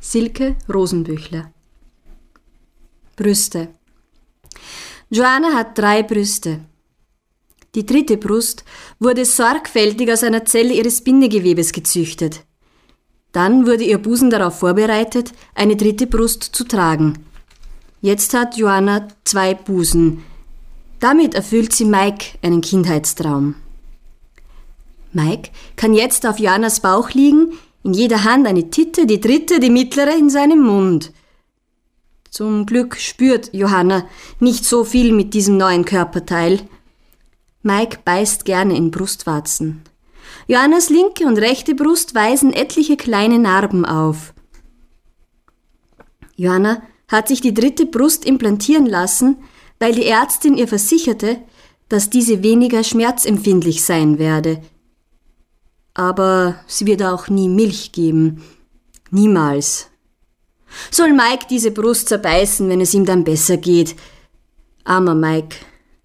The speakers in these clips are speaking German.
Silke Rosenbüchler. Brüste. Joanna hat 3 Brüste. Die 3. Brust wurde sorgfältig aus einer Zelle ihres Bindegewebes gezüchtet. Dann wurde ihr Busen darauf vorbereitet, eine 3. Brust zu tragen. Jetzt hat Joanna 2 Busen. Damit erfüllt sie Mike einen Kindheitstraum. Mike kann jetzt auf Joannas Bauch liegen, in jeder Hand eine Titte, die 3., die mittlere in seinem Mund. Zum Glück spürt Johanna nicht so viel mit diesem neuen Körperteil. Mike beißt gerne in Brustwarzen. Johannas linke und rechte Brust weisen etliche kleine Narben auf. Johanna hat sich die 3. Brust implantieren lassen, weil die Ärztin ihr versicherte, dass diese weniger schmerzempfindlich sein werde. Aber sie wird auch nie Milch geben. Niemals. Soll Mike diese Brust zerbeißen, wenn es ihm dann besser geht? Armer Mike.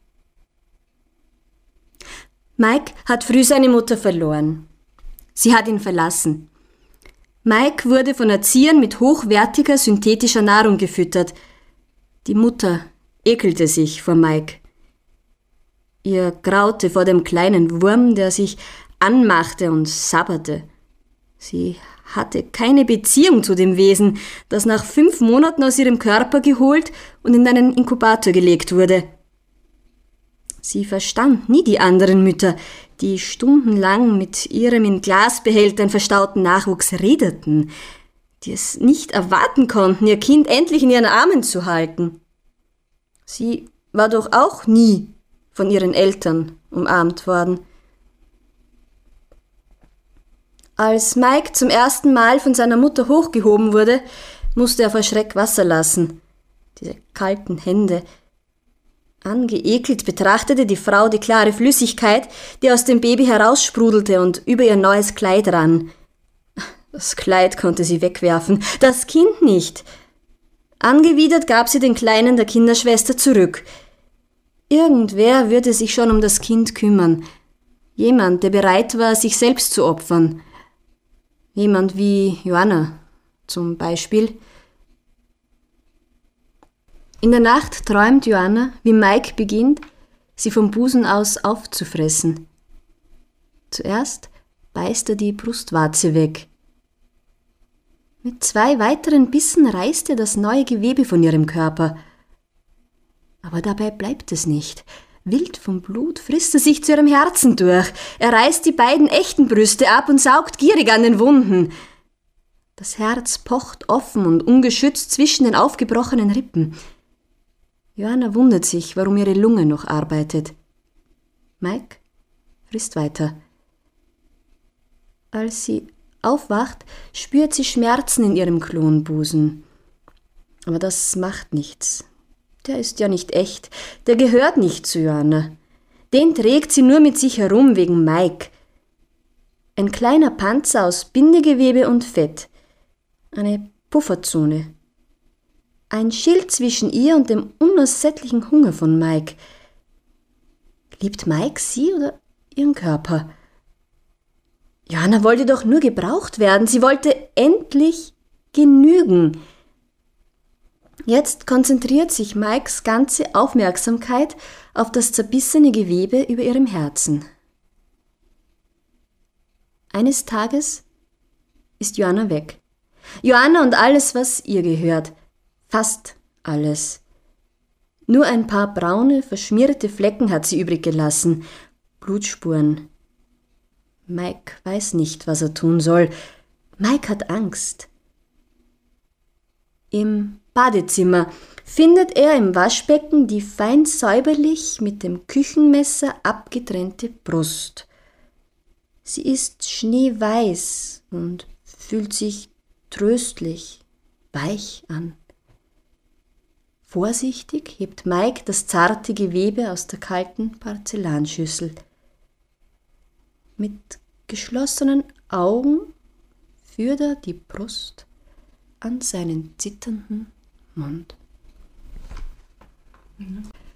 Mike hat früh seine Mutter verloren. Sie hat ihn verlassen. Mike wurde von Erziehern mit hochwertiger synthetischer Nahrung gefüttert. Die Mutter ekelte sich vor Mike. Ihr graute vor dem kleinen Wurm, der sich anmachte und sabberte. Sie hatte keine Beziehung zu dem Wesen, das nach 5 Monaten aus ihrem Körper geholt und in einen Inkubator gelegt wurde. Sie verstand nie die anderen Mütter, die stundenlang mit ihrem in Glasbehältern verstauten Nachwuchs redeten, die es nicht erwarten konnten, ihr Kind endlich in ihren Armen zu halten. Sie war doch auch nie von ihren Eltern umarmt worden. Als Mike zum ersten Mal von seiner Mutter hochgehoben wurde, musste er vor Schreck Wasser lassen. Diese kalten Hände. Angeekelt betrachtete die Frau die klare Flüssigkeit, die aus dem Baby heraussprudelte und über ihr neues Kleid rann. Das Kleid konnte sie wegwerfen, das Kind nicht. Angewidert gab sie den Kleinen der Kinderschwester zurück. Irgendwer würde sich schon um das Kind kümmern. Jemand, der bereit war, sich selbst zu opfern. Jemand wie Joanna zum Beispiel. In der Nacht träumt Joanna, wie Mike beginnt, sie vom Busen aus aufzufressen. Zuerst beißt er die Brustwarze weg. Mit 2 weiteren Bissen reißt er das neue Gewebe von ihrem Körper. Aber dabei bleibt es nicht. Wild vom Blut frisst er sich zu ihrem Herzen durch. Er reißt die beiden echten Brüste ab und saugt gierig an den Wunden. Das Herz pocht offen und ungeschützt zwischen den aufgebrochenen Rippen. Joanna wundert sich, warum ihre Lunge noch arbeitet. Mike frisst weiter. Als sie aufwacht, spürt sie Schmerzen in ihrem Klonbusen. Aber das macht nichts. Der ist ja nicht echt. Der gehört nicht zu Joanna. Den trägt sie nur mit sich herum wegen Mike. Ein kleiner Panzer aus Bindegewebe und Fett. Eine Pufferzone. Ein Schild zwischen ihr und dem unersättlichen Hunger von Mike. Liebt Mike sie oder ihren Körper? Joanna wollte doch nur gebraucht werden. Sie wollte endlich genügen. Jetzt konzentriert sich Mikes ganze Aufmerksamkeit auf das zerbissene Gewebe über ihrem Herzen. Eines Tages ist Joanna weg. Joanna und alles, was ihr gehört. Fast alles. Nur ein paar braune, verschmierte Flecken hat sie übrig gelassen. Blutspuren. Mike weiß nicht, was er tun soll. Mike hat Angst. Im Badezimmer findet er im Waschbecken die fein säuberlich mit dem Küchenmesser abgetrennte Brust. Sie ist schneeweiß und fühlt sich tröstlich, weich an. Vorsichtig hebt Mike das zarte Gewebe aus der kalten Porzellanschüssel. Mit geschlossenen Augen führt er die Brust an seinen zitternden Mund.